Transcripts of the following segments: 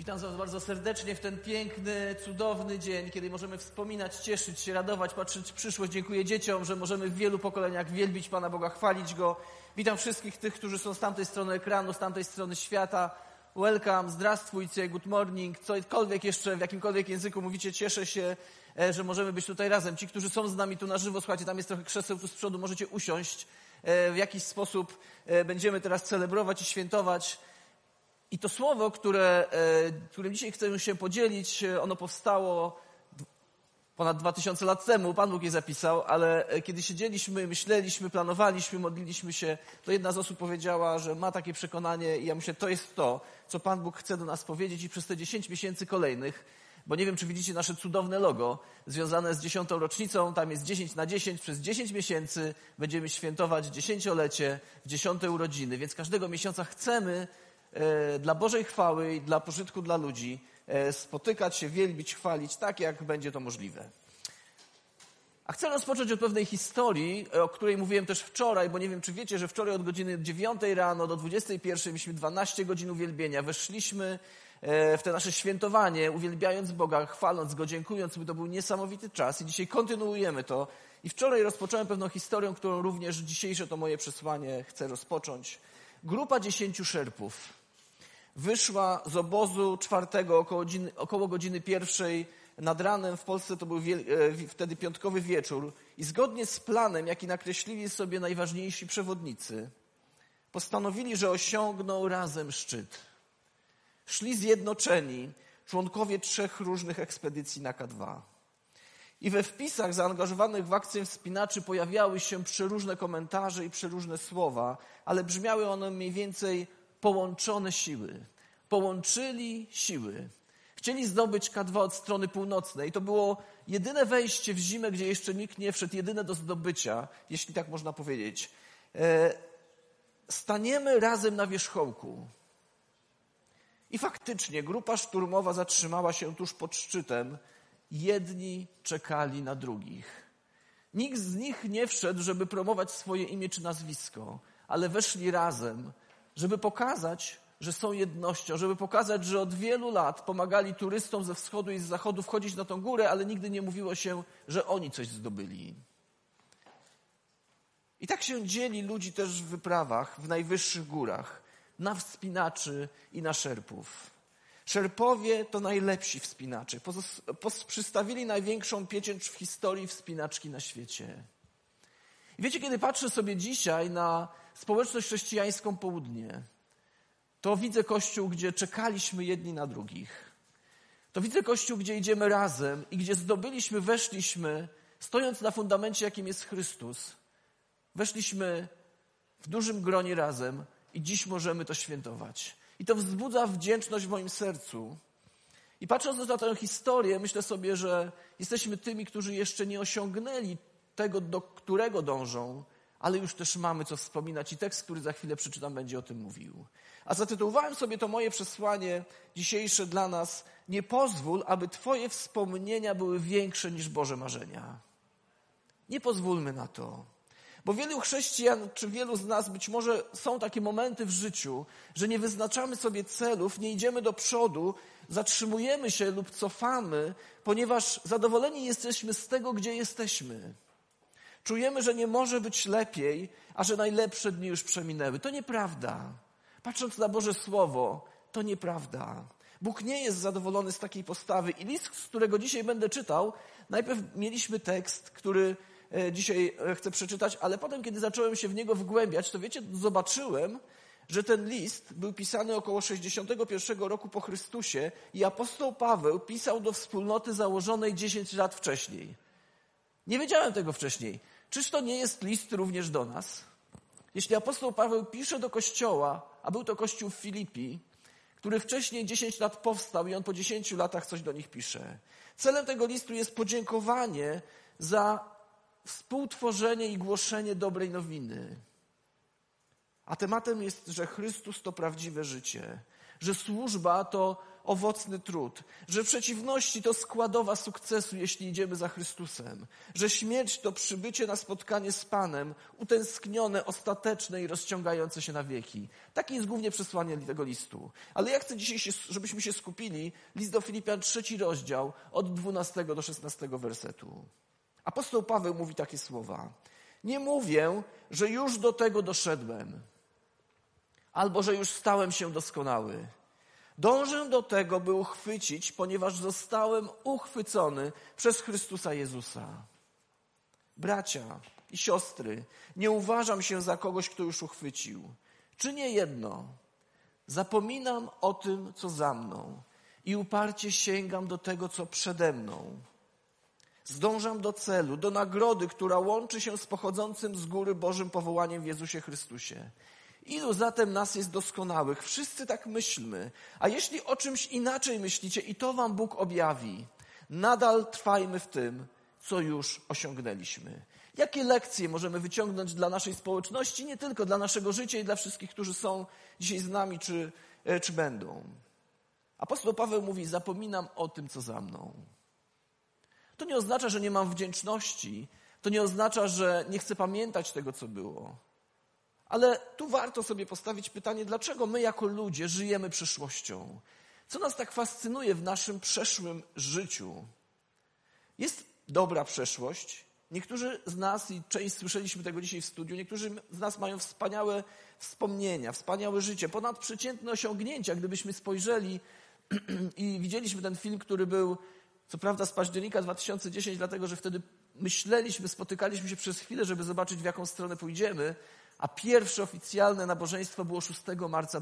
Witam Was bardzo serdecznie w ten piękny, cudowny dzień, kiedy możemy wspominać, cieszyć się, radować, patrzeć w przyszłość. Dziękuję dzieciom, że możemy w wielu pokoleniach wielbić Pana Boga, chwalić Go. Witam wszystkich tych, którzy są z tamtej strony ekranu, z tamtej strony świata. Welcome, zdrastwujcie, good morning, cokolwiek jeszcze, w jakimkolwiek języku mówicie, cieszę się, że możemy być tutaj razem. Ci, którzy są z nami tu na żywo, słuchajcie, tam jest trochę krzeseł tu z przodu, możecie usiąść. W jakiś sposób będziemy teraz celebrować i świętować. I to słowo, którym dzisiaj chcę się podzielić, ono powstało ponad 2000 lat temu, Pan Bóg je zapisał, ale kiedy siedzieliśmy, myśleliśmy, planowaliśmy, modliliśmy się, to jedna z osób powiedziała, że ma takie przekonanie i ja myślę, to jest to, co Pan Bóg chce do nas powiedzieć i przez te 10 miesięcy kolejnych, bo nie wiem, czy widzicie nasze cudowne logo związane z 10. rocznicą, tam jest 10 na 10, przez 10 miesięcy będziemy świętować 10-lecie w 10. urodziny, więc każdego miesiąca chcemy dla Bożej chwały i dla pożytku dla ludzi spotykać się, wielbić, chwalić, tak jak będzie to możliwe. A chcę rozpocząć od pewnej historii, o której mówiłem też wczoraj, bo nie wiem, czy wiecie, że wczoraj od godziny 9 rano do 21 mieliśmy 12 godzin uwielbienia. Weszliśmy w te nasze świętowanie, uwielbiając Boga, chwaląc Go, dziękując Mu. To był niesamowity czas i dzisiaj kontynuujemy to. I wczoraj rozpocząłem pewną historią, którą również dzisiejsze to moje przesłanie chcę rozpocząć. Grupa 10 szerpów wyszła z obozu 4 około godziny 1 nad ranem. W Polsce to był wtedy piątkowy wieczór. I zgodnie z planem, jaki nakreślili sobie najważniejsi przewodnicy, postanowili, że osiągną razem szczyt. Szli zjednoczeni członkowie 3 różnych ekspedycji na K2. I we wpisach zaangażowanych w akcję wspinaczy pojawiały się przeróżne komentarze i przeróżne słowa, ale brzmiały one mniej więcej połączone siły. Połączyli siły. Chcieli zdobyć K2 od strony północnej. To było jedyne wejście w zimę, gdzie jeszcze nikt nie wszedł, jedyne do zdobycia, jeśli tak można powiedzieć. Staniemy razem na wierzchołku. I faktycznie grupa szturmowa zatrzymała się tuż pod szczytem. Jedni czekali na drugich. Nikt z nich nie wszedł, żeby promować swoje imię czy nazwisko, ale weszli razem, żeby pokazać, że są jednością, żeby pokazać, że od wielu lat pomagali turystom ze wschodu i z zachodu wchodzić na tą górę, ale nigdy nie mówiło się, że oni coś zdobyli. I tak się dzieli ludzi też w wyprawach, w najwyższych górach, na wspinaczy i na szerpów. Szerpowie to najlepsi wspinacze. Przystawili największą pieczęć w historii wspinaczki na świecie. I wiecie, kiedy patrzę sobie dzisiaj na społeczność chrześcijańską Południe, to widzę Kościół, gdzie czekaliśmy jedni na drugich. To widzę Kościół, gdzie idziemy razem i gdzie zdobyliśmy, weszliśmy, stojąc na fundamencie, jakim jest Chrystus. Weszliśmy w dużym gronie razem i dziś możemy to świętować. I to wzbudza wdzięczność w moim sercu. I patrząc na tę historię, myślę sobie, że jesteśmy tymi, którzy jeszcze nie osiągnęli tego, do którego dążą, ale już też mamy co wspominać i tekst, który za chwilę przeczytam, będzie o tym mówił. A zatytułowałem sobie to moje przesłanie dzisiejsze dla nas: nie pozwól, aby Twoje wspomnienia były większe niż Boże marzenia. Nie pozwólmy na to. Bo wielu chrześcijan, czy wielu z nas, być może są takie momenty w życiu, że nie wyznaczamy sobie celów, nie idziemy do przodu, zatrzymujemy się lub cofamy, ponieważ zadowoleni jesteśmy z tego, gdzie jesteśmy. Czujemy, że nie może być lepiej, a że najlepsze dni już przeminęły. To nieprawda. Patrząc na Boże Słowo, to nieprawda. Bóg nie jest zadowolony z takiej postawy. I list, z którego dzisiaj będę czytał, najpierw mieliśmy tekst, który dzisiaj chcę przeczytać, ale potem, kiedy zacząłem się w niego wgłębiać, to wiecie, zobaczyłem, że ten list był pisany około 61 roku po Chrystusie i apostoł Paweł pisał do wspólnoty założonej 10 lat wcześniej. Nie wiedziałem tego wcześniej. Czyż to nie jest list również do nas? Jeśli apostoł Paweł pisze do kościoła, a był to kościół w Filipi, który wcześniej 10 lat powstał i on po 10 latach coś do nich pisze. Celem tego listu jest podziękowanie za współtworzenie i głoszenie dobrej nowiny. A tematem jest, że Chrystus to prawdziwe życie, że służba to owocny trud, że przeciwności to składowa sukcesu, jeśli idziemy za Chrystusem, że śmierć to przybycie na spotkanie z Panem, utęsknione, ostateczne i rozciągające się na wieki. Takie jest głównie przesłanie tego listu. Ale ja chcę dzisiaj, żebyśmy się skupili, list do Filipian, 3 rozdział, od 12 do 16 wersetu. Apostoł Paweł mówi takie słowa: nie mówię, że już do tego doszedłem, albo że już stałem się doskonały. Dążę do tego, by uchwycić, ponieważ zostałem uchwycony przez Chrystusa Jezusa. Bracia i siostry, nie uważam się za kogoś, kto już uchwycił. Czynię jedno: zapominam o tym, co za mną i uparcie sięgam do tego, co przede mną. Zdążam do celu, do nagrody, która łączy się z pochodzącym z góry Bożym powołaniem w Jezusie Chrystusie. Ilu zatem nas jest doskonałych? Wszyscy tak myślmy. A jeśli o czymś inaczej myślicie, i to wam Bóg objawi, nadal trwajmy w tym, co już osiągnęliśmy. Jakie lekcje możemy wyciągnąć dla naszej społeczności, nie tylko dla naszego życia i dla wszystkich, którzy są dzisiaj z nami, czy będą? Apostoł Paweł mówi: zapominam o tym, co za mną. To nie oznacza, że nie mam wdzięczności. To nie oznacza, że nie chcę pamiętać tego, co było. Ale tu warto sobie postawić pytanie, dlaczego my jako ludzie żyjemy przeszłością? Co nas tak fascynuje w naszym przeszłym życiu? Jest dobra przeszłość. Niektórzy z nas, i część słyszeliśmy tego dzisiaj w studiu, niektórzy z nas mają wspaniałe wspomnienia, wspaniałe życie, ponadprzeciętne osiągnięcia. Gdybyśmy spojrzeli i widzieliśmy ten film, który był, co prawda, z października 2010, dlatego że wtedy spotykaliśmy się przez chwilę, żeby zobaczyć, w jaką stronę pójdziemy, a pierwsze oficjalne nabożeństwo było 6 marca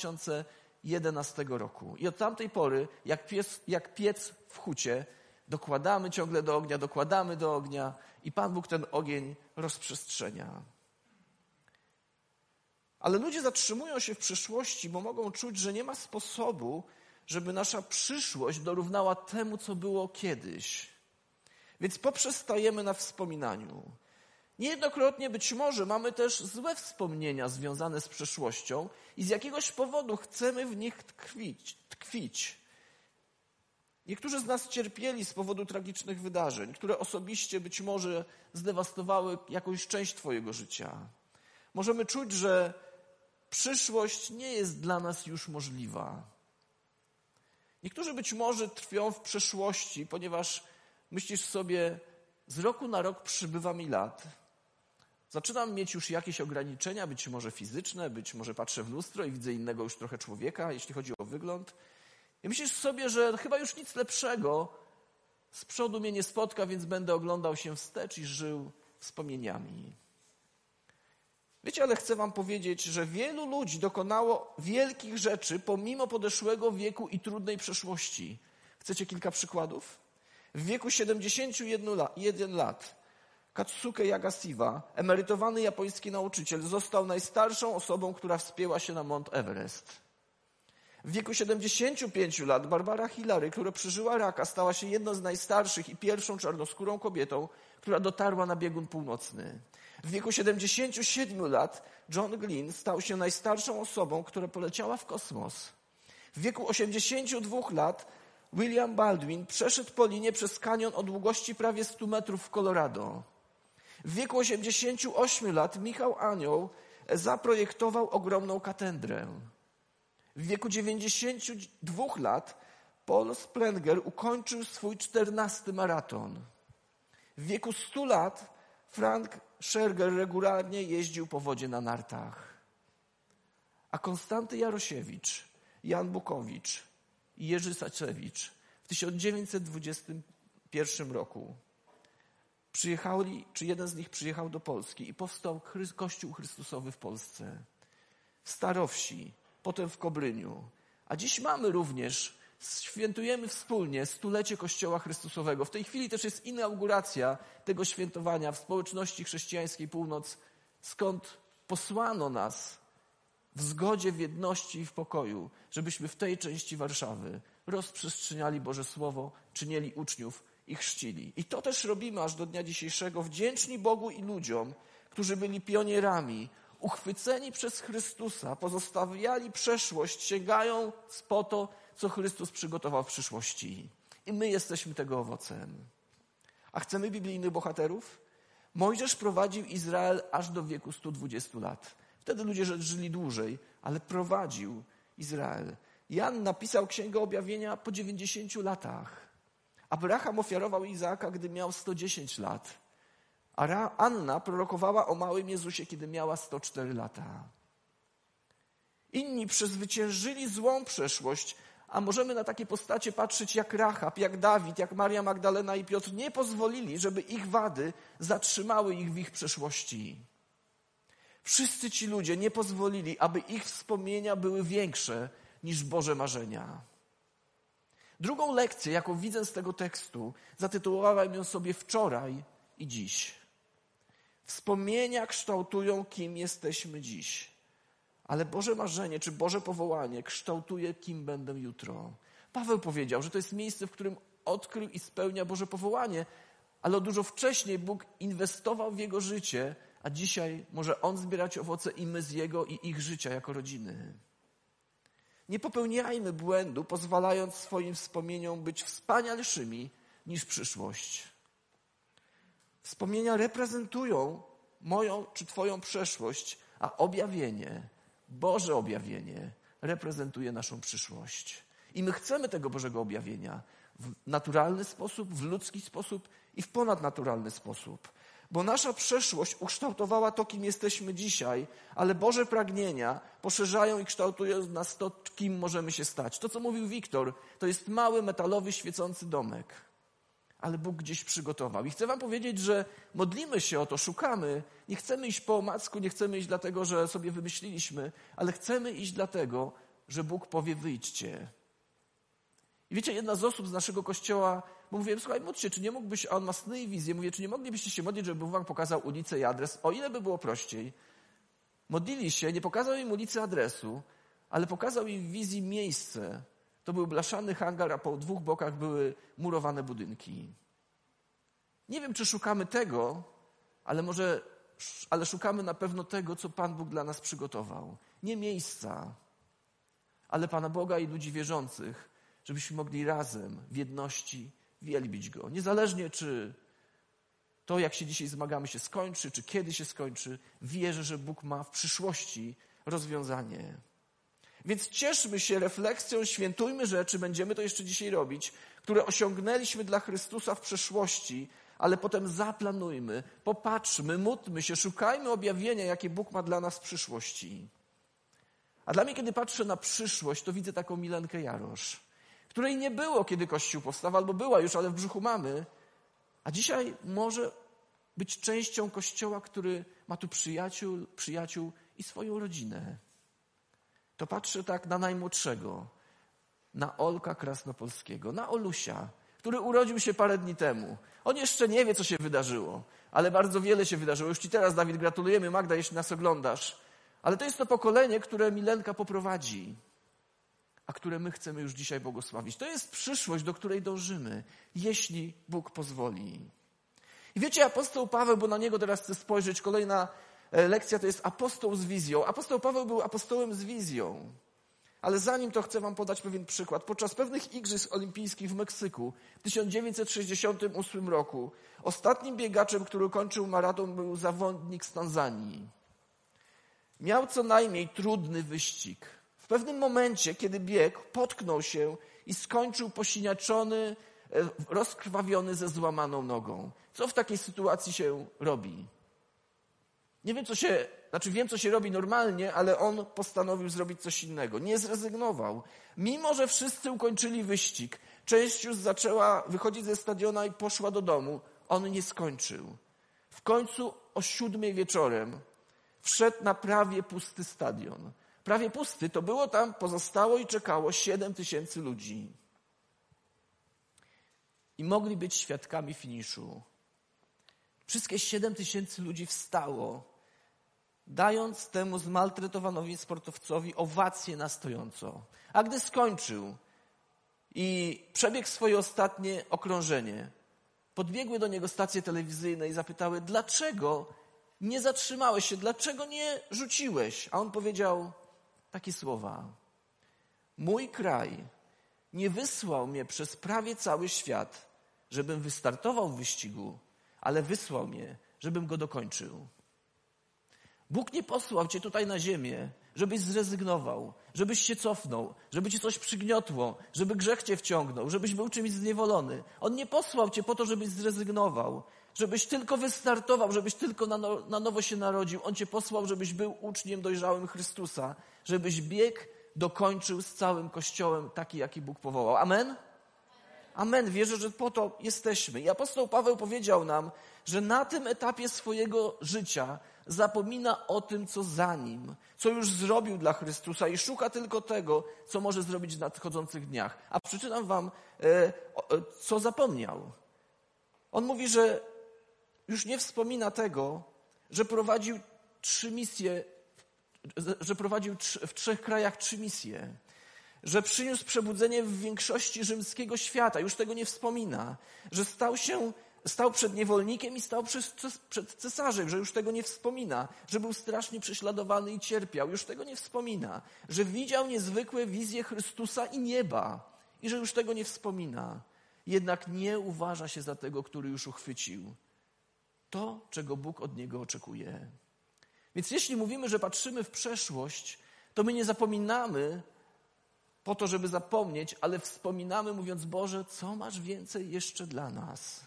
2011 roku. I od tamtej pory, jak piec w hucie, dokładamy ciągle do ognia i Pan Bóg ten ogień rozprzestrzenia. Ale ludzie zatrzymują się w przyszłości, bo mogą czuć, że nie ma sposobu, żeby nasza przyszłość dorównała temu, co było kiedyś. Więc poprzestajemy na wspominaniu. Niejednokrotnie być może mamy też złe wspomnienia związane z przeszłością i z jakiegoś powodu chcemy w nich tkwić. Niektórzy z nas cierpieli z powodu tragicznych wydarzeń, które osobiście być może zdewastowały jakąś część twojego życia. Możemy czuć, że przyszłość nie jest dla nas już możliwa. Niektórzy być może tkwią w przeszłości, ponieważ myślisz sobie: z roku na rok przybywa mi lat. Zaczynam mieć już jakieś ograniczenia, być może fizyczne, być może patrzę w lustro i widzę innego już trochę człowieka, jeśli chodzi o wygląd. I myślisz sobie, że chyba już nic lepszego z przodu mnie nie spotka, więc będę oglądał się wstecz i żył wspomnieniami. Wiecie, ale chcę wam powiedzieć, że wielu ludzi dokonało wielkich rzeczy pomimo podeszłego wieku i trudnej przeszłości. Chcecie kilka przykładów? W wieku 71 lat Katsuke Yagasiwa, emerytowany japoński nauczyciel, został najstarszą osobą, która wspięła się na Mount Everest. W wieku 75 lat Barbara Hillary, która przeżyła raka, stała się jedną z najstarszych i pierwszą czarnoskórą kobietą, która dotarła na biegun północny. W wieku 77 lat John Glenn stał się najstarszą osobą, która poleciała w kosmos. W wieku 82 lat William Baldwin przeszedł po linie przez kanion o długości prawie 100 metrów w Colorado. W wieku 88 lat Michał Anioł zaprojektował ogromną katedrę. W wieku 92 lat Paul Sprenger ukończył swój 14. maraton. W wieku 100 lat Frank Scherger regularnie jeździł po wodzie na nartach. A Konstanty Jarosiewicz, Jan Bukowicz i Jerzy Saczewicz w 1921 roku przyjechali, czy jeden z nich przyjechał do Polski i powstał Kościół Chrystusowy w Polsce. W Starowsi, potem w Kobryniu. A dziś mamy również, świętujemy wspólnie 100-lecie Kościoła Chrystusowego. W tej chwili też jest inauguracja tego świętowania w społeczności chrześcijańskiej Północ, skąd posłano nas w zgodzie, w jedności i w pokoju, żebyśmy w tej części Warszawy rozprzestrzeniali Boże Słowo, czynili uczniów i chrzcili. I to też robimy aż do dnia dzisiejszego, wdzięczni Bogu i ludziom, którzy byli pionierami, uchwyceni przez Chrystusa, pozostawiali przeszłość, sięgając po to, co Chrystus przygotował w przyszłości. I my jesteśmy tego owocem. A chcemy biblijnych bohaterów? Mojżesz prowadził Izrael aż do wieku 120 lat. Wtedy ludzie żyli dłużej, ale prowadził Izrael. Jan napisał Księgę Objawienia po 90 latach. Abraham ofiarował Izaaka, gdy miał 110 lat. A Anna prorokowała o małym Jezusie, kiedy miała 104 lata. Inni przezwyciężyli złą przeszłość, a możemy na takie postacie patrzeć jak Rahab, jak Dawid, jak Maria Magdalena i Piotr. Nie pozwolili, żeby ich wady zatrzymały ich w ich przeszłości. Wszyscy ci ludzie nie pozwolili, aby ich wspomnienia były większe niż Boże marzenia. Drugą lekcję, jaką widzę z tego tekstu, zatytułowałem ją sobie Wczoraj i Dziś. Wspomnienia kształtują, kim jesteśmy dziś. Ale Boże marzenie czy Boże powołanie kształtuje, kim będę jutro. Paweł powiedział, że to jest miejsce, w którym odkrył i spełnia Boże powołanie, ale dużo wcześniej Bóg inwestował w jego życie, a dzisiaj może on zbierać owoce i my z jego i ich życia jako rodziny. Nie popełniajmy błędu, pozwalając swoim wspomnieniom być wspanialszymi niż przyszłość. Wspomnienia reprezentują moją czy twoją przeszłość, a objawienie, Boże objawienie, reprezentuje naszą przyszłość. I my chcemy tego Bożego objawienia w naturalny sposób, w ludzki sposób i w ponadnaturalny sposób. Bo nasza przeszłość ukształtowała to, kim jesteśmy dzisiaj, ale Boże pragnienia poszerzają i kształtują nas to, kim możemy się stać. To, co mówił Wiktor, to jest mały, metalowy, świecący domek. Ale Bóg gdzieś przygotował. I chcę wam powiedzieć, że modlimy się o to, szukamy. Nie chcemy iść po omacku, nie chcemy iść dlatego, że sobie wymyśliliśmy, ale chcemy iść dlatego, że Bóg powie wyjdźcie. I wiecie, jedna z osób z naszego kościoła, bo mówiłem, słuchaj, módl się, czy nie mógłbyś, a on ma sny i wizję, mówię, czy nie moglibyście się modlić, żeby Bóg wam pokazał ulicę i adres, o ile by było prościej. Modlili się, nie pokazał im ulicy, adresu, ale pokazał im w wizji miejsce. To był blaszany hangar, a po 2 bokach były murowane budynki. Nie wiem, czy szukamy tego, ale szukamy na pewno tego, co Pan Bóg dla nas przygotował. Nie miejsca, ale Pana Boga i ludzi wierzących, żebyśmy mogli razem, w jedności, wielbić Go. Niezależnie, czy to, jak się dzisiaj zmagamy, się skończy, czy kiedy się skończy, wierzę, że Bóg ma w przyszłości rozwiązanie. Więc cieszmy się refleksją, świętujmy rzeczy, będziemy to jeszcze dzisiaj robić, które osiągnęliśmy dla Chrystusa w przeszłości, ale potem zaplanujmy, popatrzmy, módlmy się, szukajmy objawienia, jakie Bóg ma dla nas w przyszłości. A dla mnie, kiedy patrzę na przyszłość, to widzę taką Milenkę Jarosz, której nie było, kiedy Kościół powstał, albo była już, ale w brzuchu mamy, a dzisiaj może być częścią Kościoła, który ma tu przyjaciół i swoją rodzinę. To patrzę tak na najmłodszego, na Olka Krasnopolskiego, na Olusia, który urodził się parę dni temu. On jeszcze nie wie, co się wydarzyło, ale bardzo wiele się wydarzyło. Już ci teraz, Dawid, gratulujemy. Magda, jeśli nas oglądasz. Ale to jest to pokolenie, które Milenka poprowadzi, a które my chcemy już dzisiaj błogosławić. To jest przyszłość, do której dążymy, jeśli Bóg pozwoli. I wiecie, apostoł Paweł, bo na niego teraz chcę spojrzeć, kolejna lekcja to jest apostoł z wizją. Apostoł Paweł był apostołem z wizją. Ale zanim to chcę wam podać pewien przykład. Podczas pewnych igrzysk olimpijskich w Meksyku w 1968 roku ostatnim biegaczem, który kończył maraton, był zawodnik z Tanzanii. Miał co najmniej trudny wyścig. W pewnym momencie, kiedy biegł, potknął się i skończył posiniaczony, rozkrwawiony ze złamaną nogą. Co w takiej sytuacji się robi? Nie wiem, wiem, co się robi normalnie, ale on postanowił zrobić coś innego. Nie zrezygnował. Mimo że wszyscy ukończyli wyścig, część już zaczęła wychodzić ze stadiona i poszła do domu, on nie skończył. W końcu o 7:00 wieczorem wszedł na prawie pusty stadion. Prawie pusty, to było tam, pozostało i czekało 7,000 ludzi. I mogli być świadkami finiszu. Wszystkie 7,000 ludzi wstało, dając temu zmaltretowanowi sportowcowi owację na stojąco. A gdy skończył i przebiegł swoje ostatnie okrążenie, podbiegły do niego stacje telewizyjne i zapytały, dlaczego nie zatrzymałeś się? Dlaczego nie rzuciłeś? A on powiedział takie słowa. Mój kraj nie wysłał mnie przez prawie cały świat, żebym wystartował w wyścigu, ale wysłał mnie, żebym go dokończył. Bóg nie posłał cię tutaj na ziemię, żebyś zrezygnował, żebyś się cofnął, żeby cię coś przygniotło, żeby grzech cię wciągnął, żebyś był czymś zniewolony. On nie posłał cię po to, żebyś zrezygnował, żebyś tylko wystartował, żebyś tylko na nowo się narodził. On cię posłał, żebyś był uczniem dojrzałym Chrystusa, żebyś bieg dokończył z całym Kościołem taki, jaki Bóg powołał. Amen? Amen. Wierzę, że po to jesteśmy. I apostoł Paweł powiedział nam, że na tym etapie swojego życia zapomina o tym, co za nim, co już zrobił dla Chrystusa i szuka tylko tego, co może zrobić w nadchodzących dniach. A przeczytam wam, co zapomniał. On mówi, że już nie wspomina tego, że prowadził 3 misje, że prowadził w 3 krajach 3 misje, że przyniósł przebudzenie w większości rzymskiego świata. Już tego nie wspomina. Że stał przed niewolnikiem i stał przed cesarzem, że już tego nie wspomina. Że był strasznie prześladowany i cierpiał. Już tego nie wspomina. Że widział niezwykłe wizje Chrystusa i nieba. I że już tego nie wspomina. Jednak nie uważa się za tego, który już uchwycił to, czego Bóg od niego oczekuje. Więc jeśli mówimy, że patrzymy w przeszłość, to my nie zapominamy po to, żeby zapomnieć, ale wspominamy, mówiąc: Boże, co masz więcej jeszcze dla nas?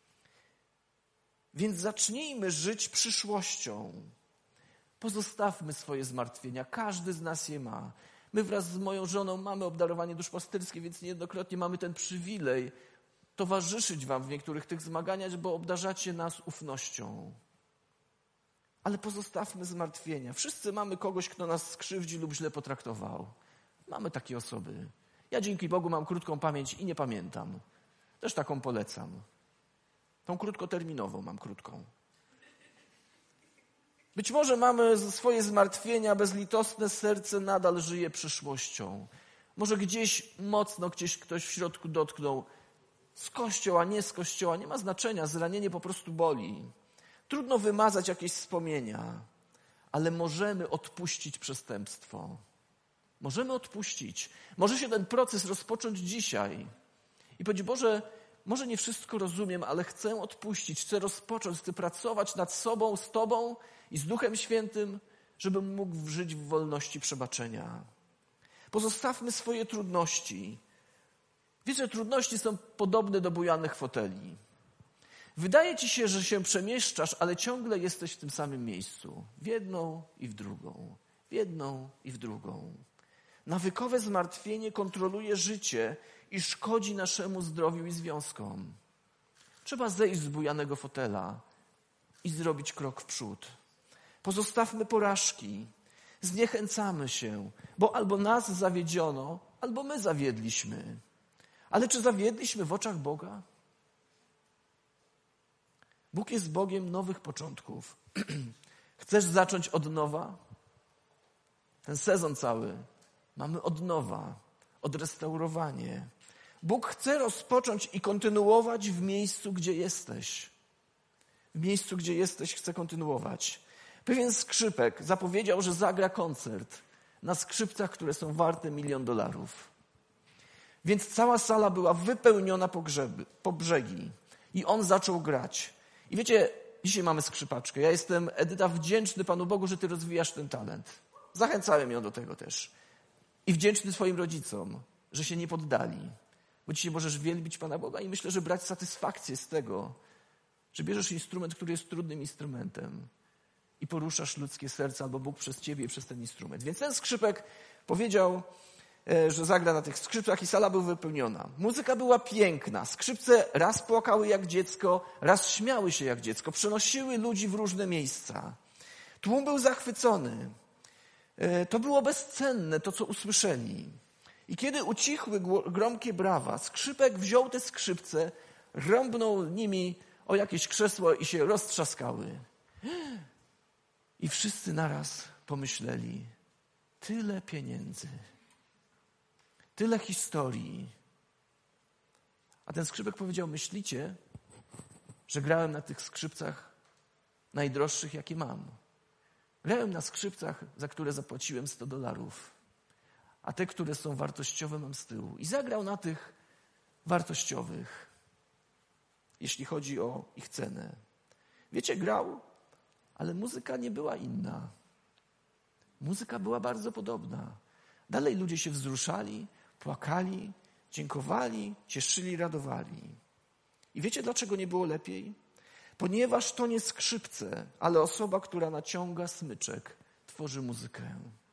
Więc zacznijmy żyć przyszłością. Pozostawmy swoje zmartwienia. Każdy z nas je ma. My wraz z moją żoną mamy obdarowanie duszpasterskie, więc niejednokrotnie mamy ten przywilej towarzyszyć wam w niektórych tych zmaganiach, bo obdarzacie nas ufnością. Ale pozostawmy zmartwienia. Wszyscy mamy kogoś, kto nas skrzywdzi lub źle potraktował. Mamy takie osoby. Ja dzięki Bogu mam krótką pamięć i nie pamiętam. Też taką polecam. Tą krótkoterminową mam krótką. Być może mamy swoje zmartwienia, bezlitosne serce nadal żyje przyszłością. Może gdzieś mocno ktoś w środku dotknął. Z kościoła, nie z kościoła, nie ma znaczenia. Zranienie po prostu boli. Trudno wymazać jakieś wspomnienia, ale możemy odpuścić przestępstwo. Możemy odpuścić. Może się ten proces rozpocząć dzisiaj. I powiedzieć: Boże, może nie wszystko rozumiem, ale chcę odpuścić, chcę rozpocząć, chcę pracować nad sobą, z Tobą i z Duchem Świętym, żebym mógł żyć w wolności przebaczenia. Pozostawmy swoje trudności. Wiecie, trudności są podobne do bujanych foteli. Wydaje ci się, że się przemieszczasz, ale ciągle jesteś w tym samym miejscu. W jedną i w drugą. W jedną i w drugą. Nawykowe zmartwienie kontroluje życie i szkodzi naszemu zdrowiu i związkom. Trzeba zejść z bujanego fotela i zrobić krok w przód. Pozostawmy porażki. Zniechęcamy się, bo albo nas zawiedziono, albo my zawiedliśmy. Ale czy zawiedliśmy w oczach Boga? Bóg jest Bogiem nowych początków. Chcesz zacząć od nowa? Ten sezon cały mamy od nowa, odrestaurowanie. Bóg chce rozpocząć i kontynuować w miejscu, gdzie jesteś. W miejscu, gdzie jesteś, chce kontynuować. Pewien skrzypek zapowiedział, że zagra koncert na skrzypcach, które są warte $1 000 000. Więc cała sala była wypełniona po brzegi. I on zaczął grać. I wiecie, dzisiaj mamy skrzypaczkę. Ja jestem, Edyta, wdzięczny Panu Bogu, że Ty rozwijasz ten talent. Zachęcałem ją do tego też. I wdzięczny swoim rodzicom, że się nie poddali. Bo dzisiaj możesz wielbić Pana Boga i myślę, że brać satysfakcję z tego, że bierzesz instrument, który jest trudnym instrumentem i poruszasz ludzkie serce, albo Bóg przez Ciebie i przez ten instrument. Więc ten skrzypek powiedział, że zagra na tych skrzypcach i sala była wypełniona. Muzyka była piękna. Skrzypce raz płakały jak dziecko, raz śmiały się jak dziecko. Przenosiły ludzi w różne miejsca. Tłum był zachwycony. To było bezcenne, to co usłyszeli. I kiedy ucichły gromkie brawa, skrzypek wziął te skrzypce, rąbnął nimi o jakieś krzesło i się roztrzaskały. I wszyscy naraz pomyśleli: tyle pieniędzy, tyle historii. A ten skrzypek powiedział: myślicie, że grałem na tych skrzypcach najdroższych, jakie mam. Grałem na skrzypcach, za które zapłaciłem $100, a te, które są wartościowe, mam z tyłu. I zagrał na tych wartościowych, jeśli chodzi o ich cenę. Wiecie, grał, ale muzyka nie była inna. Muzyka była bardzo podobna. Dalej ludzie się wzruszali, płakali, dziękowali, cieszyli, radowali. I wiecie, dlaczego nie było lepiej? Ponieważ to nie skrzypce, ale osoba, która naciąga smyczek, tworzy muzykę.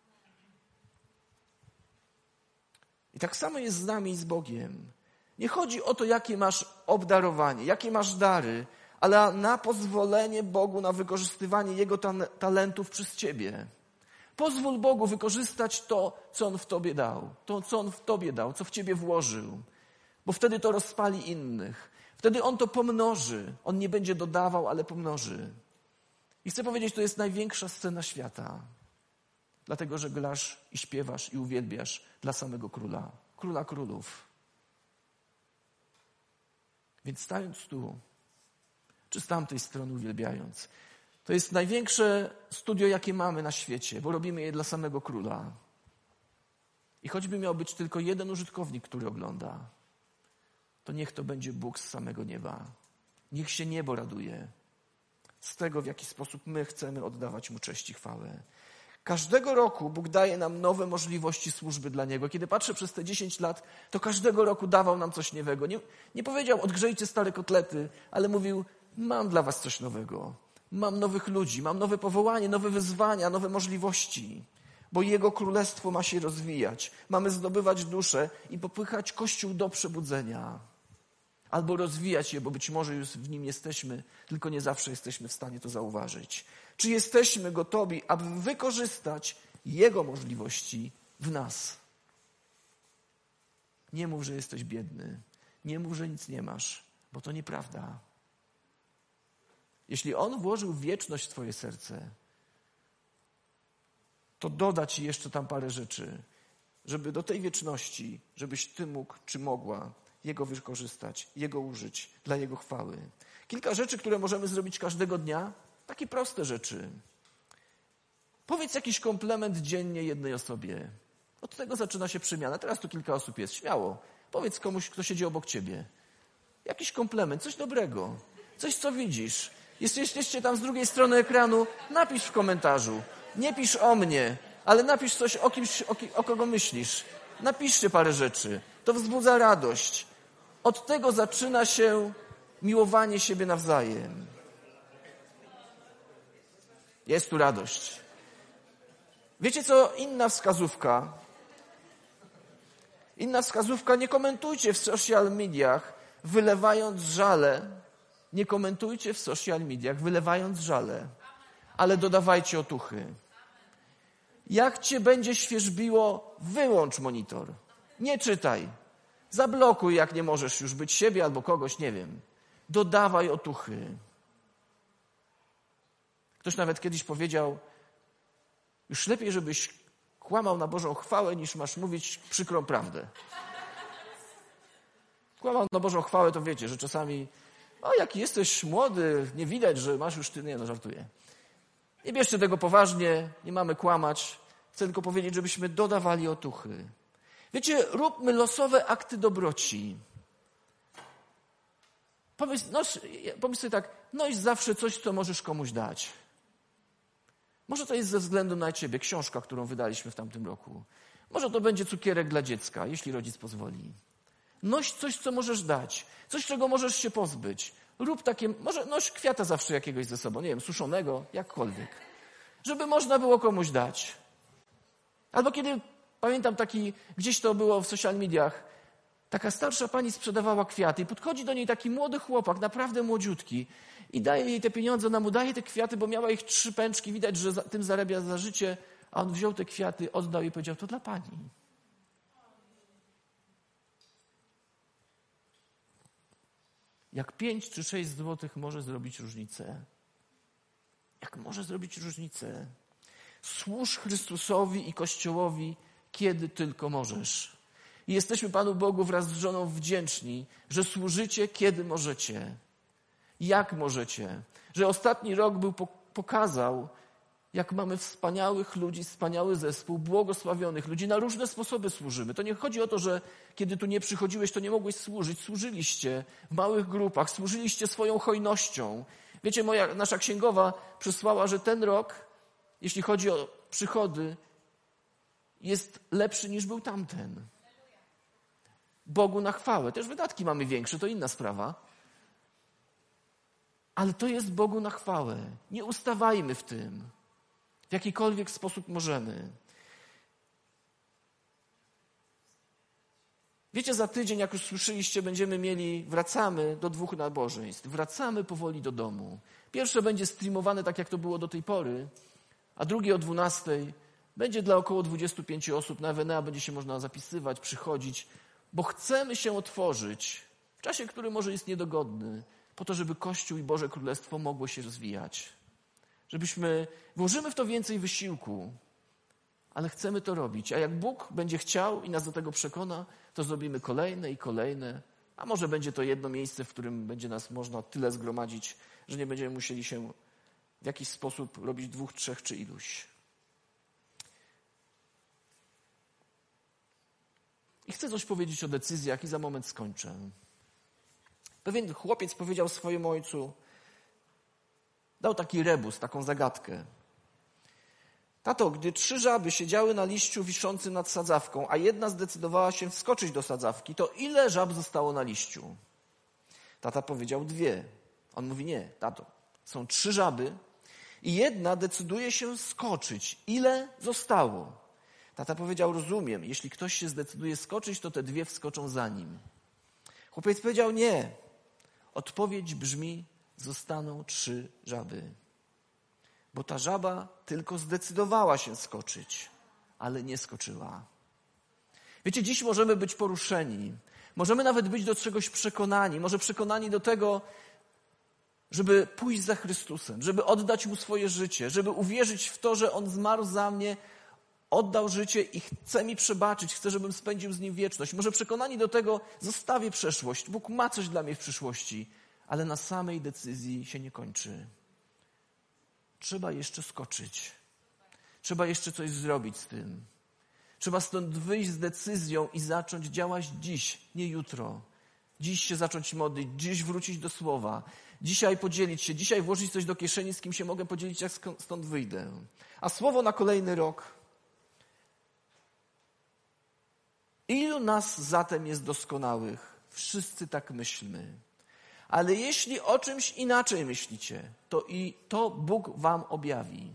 I tak samo jest z nami i z Bogiem. Nie chodzi o to, jakie masz obdarowanie, jakie masz dary, ale na pozwolenie Bogu na wykorzystywanie Jego talentów przez ciebie. Pozwól Bogu wykorzystać to, co On w tobie dał, to, co On w tobie dał, co w ciebie włożył, bo wtedy to rozpali innych. Wtedy On to pomnoży. On nie będzie dodawał, ale pomnoży. I chcę powiedzieć, to jest największa scena świata. Dlatego, że grasz i śpiewasz i uwielbiasz dla samego Króla. Króla Królów. Więc stając tu, czy z tamtej strony uwielbiając, to jest największe studio, jakie mamy na świecie, bo robimy je dla samego Króla. I choćby miał być tylko jeden użytkownik, który ogląda, to niech to będzie Bóg z samego nieba. Niech się niebo raduje z tego, w jaki sposób my chcemy oddawać Mu cześć i chwałę. Każdego roku Bóg daje nam nowe możliwości służby dla Niego. Kiedy patrzę przez te 10 lat, to każdego roku dawał nam coś nowego. Nie powiedział, odgrzejcie stare kotlety, ale mówił, mam dla was coś nowego. Mam nowych ludzi, mam nowe powołanie, nowe wyzwania, nowe możliwości. Bo Jego królestwo ma się rozwijać. Mamy zdobywać duszę i popychać Kościół do przebudzenia. Albo rozwijać je, bo być może już w nim jesteśmy, tylko nie zawsze jesteśmy w stanie to zauważyć. Czy jesteśmy gotowi, aby wykorzystać Jego możliwości w nas? Nie mów, że jesteś biedny. Nie mów, że nic nie masz, bo to nieprawda. Jeśli On włożył wieczność w twoje serce, to doda ci jeszcze tam parę rzeczy, żeby do tej wieczności, żebyś ty mógł czy mogła Jego wykorzystać, Jego użyć dla Jego chwały. Kilka rzeczy, które możemy zrobić każdego dnia, takie proste rzeczy. Powiedz jakiś komplement dziennie jednej osobie. Od tego zaczyna się przemiana. Teraz tu kilka osób jest. Śmiało. Powiedz komuś, kto siedzi obok ciebie. Jakiś komplement, coś dobrego. Coś, co widzisz. Jeśli jesteście tam z drugiej strony ekranu, napisz w komentarzu. Nie pisz o mnie, ale napisz coś o kimś, o kogo myślisz. Napiszcie parę rzeczy. To wzbudza radość. Od tego zaczyna się miłowanie siebie nawzajem. Jest tu radość. Wiecie co? Inna wskazówka. Nie komentujcie w social mediach, wylewając żale. Nie komentujcie w social mediach, wylewając żale. Ale dodawajcie otuchy. Jak cię będzie świerzbiło, wyłącz monitor. Nie czytaj. Zablokuj, jak nie możesz już być siebie albo kogoś, nie wiem. Dodawaj otuchy. Ktoś nawet kiedyś powiedział, już lepiej, żebyś kłamał na Bożą chwałę, niż masz mówić przykrą prawdę. Kłamał na Bożą chwałę, to wiecie, że czasami, jak jesteś młody, nie widać, że masz już nie, żartuję. Nie bierzcie tego poważnie, nie mamy kłamać. Chcę tylko powiedzieć, żebyśmy dodawali otuchy. Wiecie, róbmy losowe akty dobroci. Pomyśl sobie tak, noś zawsze coś, co możesz komuś dać. Może to jest ze względu na ciebie, książka, którą wydaliśmy w tamtym roku. Może to będzie cukierek dla dziecka, jeśli rodzic pozwoli. Noś coś, co możesz dać. Coś, czego możesz się pozbyć. Rób takie, może noś kwiata zawsze jakiegoś ze sobą, nie wiem, suszonego, jakkolwiek. Żeby można było komuś dać. Albo kiedy, pamiętam gdzieś to było w social mediach, taka starsza pani sprzedawała kwiaty i podchodzi do niej taki młody chłopak, naprawdę młodziutki i daje jej te pieniądze, ona mu daje te kwiaty, bo miała ich 3 pęczki, widać, że tym zarabia za życie, a on wziął te kwiaty, oddał i powiedział, to dla pani. Jak 5 czy 6 złotych może zrobić różnicę. Jak może zrobić różnicę. Służ Chrystusowi i Kościołowi, kiedy tylko możesz. I jesteśmy Panu Bogu wraz z żoną wdzięczni, że służycie, kiedy możecie. Jak możecie. że ostatni rok pokazał, jak mamy wspaniałych ludzi, wspaniały zespół, błogosławionych ludzi. Na różne sposoby służymy. To nie chodzi o to, że kiedy tu nie przychodziłeś, to nie mogłeś służyć. Służyliście w małych grupach, służyliście swoją hojnością. Wiecie, nasza księgowa przysłała, że ten rok, jeśli chodzi o przychody, jest lepszy niż był tamten. Bogu na chwałę. Też wydatki mamy większe, to inna sprawa. Ale to jest Bogu na chwałę. Nie ustawajmy w tym. W jakikolwiek sposób możemy. Wiecie, za tydzień, jak już słyszeliście, wracamy do 2 nabożeństw. Wracamy powoli do domu. Pierwsze będzie streamowane tak, jak to było do tej pory, a drugie o 12:00 będzie dla około 25 osób. Na Ewenea będzie się można zapisywać, przychodzić, bo chcemy się otworzyć w czasie, który może jest niedogodny, po to, żeby Kościół i Boże Królestwo mogło się rozwijać. Włożymy w to więcej wysiłku, ale chcemy to robić. A jak Bóg będzie chciał i nas do tego przekona, to zrobimy kolejne i kolejne. A może będzie to jedno miejsce, w którym będzie nas można tyle zgromadzić, że nie będziemy musieli się w jakiś sposób robić 2, 3 czy iluś. I chcę coś powiedzieć o decyzjach i za moment skończę. Pewien chłopiec powiedział swojemu ojcu, dał taki rebus, taką zagadkę. Tato, gdy 3 żaby siedziały na liściu wiszącym nad sadzawką, a jedna zdecydowała się wskoczyć do sadzawki, to ile żab zostało na liściu? Tata powiedział 2. On mówi, nie, tato, są 3 żaby i jedna decyduje się skoczyć. Ile zostało? Tata powiedział, rozumiem, jeśli ktoś się zdecyduje skoczyć, to te 2 wskoczą za nim. Chłopiec powiedział, nie. Odpowiedź brzmi, zostaną 3 żaby. Bo ta żaba tylko zdecydowała się skoczyć, ale nie skoczyła. Wiecie, dziś możemy być poruszeni. Możemy nawet być do czegoś przekonani. Może przekonani do tego, żeby pójść za Chrystusem, żeby oddać Mu swoje życie, żeby uwierzyć w to, że On zmarł za mnie, oddał życie i chce mi przebaczyć, chce, żebym spędził z Nim wieczność. Może przekonani do tego, zostawię przeszłość. Bóg ma coś dla mnie w przyszłości, ale na samej decyzji się nie kończy. Trzeba jeszcze skoczyć. Trzeba jeszcze coś zrobić z tym. Trzeba stąd wyjść z decyzją i zacząć działać dziś, nie jutro. Dziś się zacząć modlić, dziś wrócić do Słowa, dzisiaj podzielić się, dzisiaj włożyć coś do kieszeni, z kim się mogę podzielić, jak stąd wyjdę. A Słowo na kolejny rok. Ilu nas zatem jest doskonałych? Wszyscy tak myślmy. Ale jeśli o czymś inaczej myślicie, to i to Bóg wam objawi.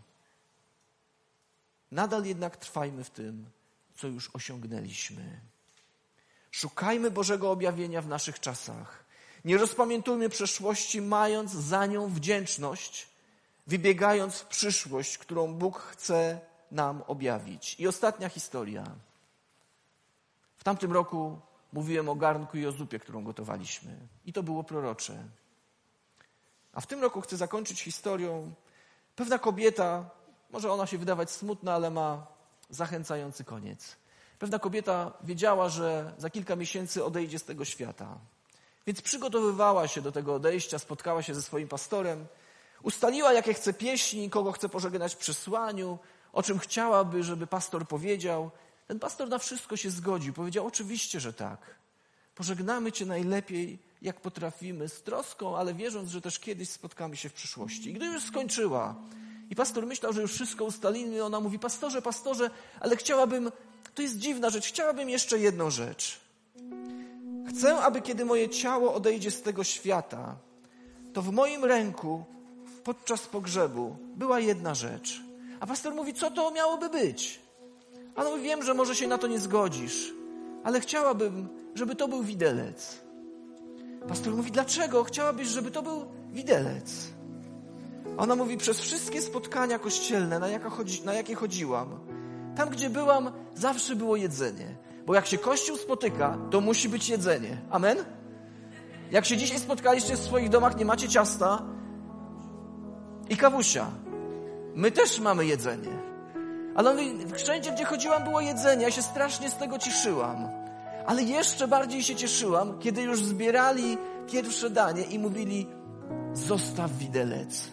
Nadal jednak trwajmy w tym, co już osiągnęliśmy. Szukajmy Bożego objawienia w naszych czasach. Nie rozpamiętujmy przeszłości, mając za nią wdzięczność, wybiegając w przyszłość, którą Bóg chce nam objawić. I ostatnia historia. W tamtym roku mówiłem o garnku i o zupie, którą gotowaliśmy. I to było prorocze. A w tym roku chcę zakończyć historią. Pewna kobieta, może ona się wydawać smutna, ale ma zachęcający koniec. Pewna kobieta wiedziała, że za kilka miesięcy odejdzie z tego świata. Więc przygotowywała się do tego odejścia, spotkała się ze swoim pastorem, ustaliła, jakie chce pieśni, kogo chce pożegnać w przesłaniu, o czym chciałaby, żeby pastor powiedział. Ten pastor na wszystko się zgodził. Powiedział, oczywiście, że tak. Pożegnamy Cię najlepiej, jak potrafimy, z troską, ale wierząc, że też kiedyś spotkamy się w przyszłości. I gdy już skończyła i pastor myślał, że już wszystko ustalimy, ona mówi, pastorze, ale chciałabym, to jest dziwna rzecz, chciałabym jeszcze jedną rzecz. Chcę, aby kiedy moje ciało odejdzie z tego świata, to w moim ręku podczas pogrzebu była jedna rzecz. A pastor mówi, co to miałoby być? A on mówi, wiem, że może się na to nie zgodzisz, ale chciałabym, żeby to był widelec. Pastor mówi, dlaczego? Chciałabyś, żeby to był widelec. A ona mówi, przez wszystkie spotkania kościelne, na jakie chodziłam, tam, gdzie byłam, zawsze było jedzenie. Bo jak się Kościół spotyka, to musi być jedzenie. Amen? Jak się dzisiaj spotkaliście w swoich domach, nie macie ciasta i kawusia. My też mamy jedzenie. Ale on mówi, wszędzie, gdzie chodziłam, było jedzenie. Ja się strasznie z tego cieszyłam. Ale jeszcze bardziej się cieszyłam, kiedy już zbierali pierwsze danie i mówili, zostaw widelec.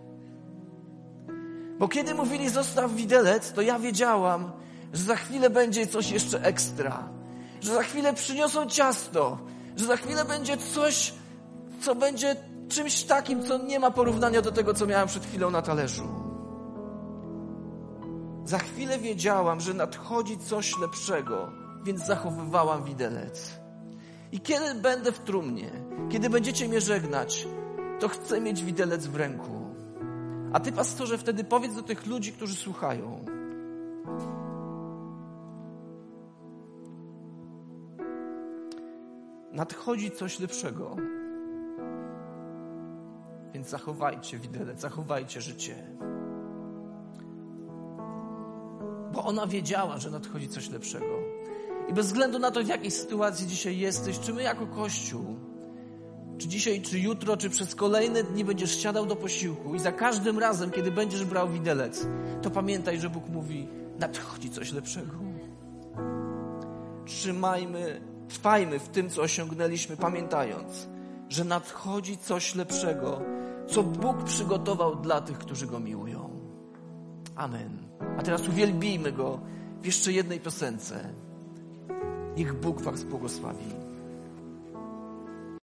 Bo kiedy mówili zostaw widelec, to ja wiedziałam, że za chwilę będzie coś jeszcze ekstra. Że za chwilę przyniosą ciasto. Że za chwilę będzie coś, co będzie czymś takim, co nie ma porównania do tego, co miałam przed chwilą na talerzu. Za chwilę wiedziałam, że nadchodzi coś lepszego, więc zachowywałam widelec. I kiedy będę w trumnie, kiedy będziecie mnie żegnać, to chcę mieć widelec w ręku. A ty, pastorze, wtedy powiedz do tych ludzi, którzy słuchają: nadchodzi coś lepszego, więc zachowajcie widelec, zachowajcie życie. Bo ona wiedziała, że nadchodzi coś lepszego. I bez względu na to, w jakiej sytuacji dzisiaj jesteś, czy my jako Kościół, czy dzisiaj, czy jutro, czy przez kolejne dni będziesz siadał do posiłku i za każdym razem, kiedy będziesz brał widelec, to pamiętaj, że Bóg mówi: nadchodzi coś lepszego. Trwajmy w tym, co osiągnęliśmy, pamiętając, że nadchodzi coś lepszego, co Bóg przygotował dla tych, którzy Go miłują. Amen. A teraz uwielbijmy Go w jeszcze jednej piosence. Niech Bóg was błogosławi.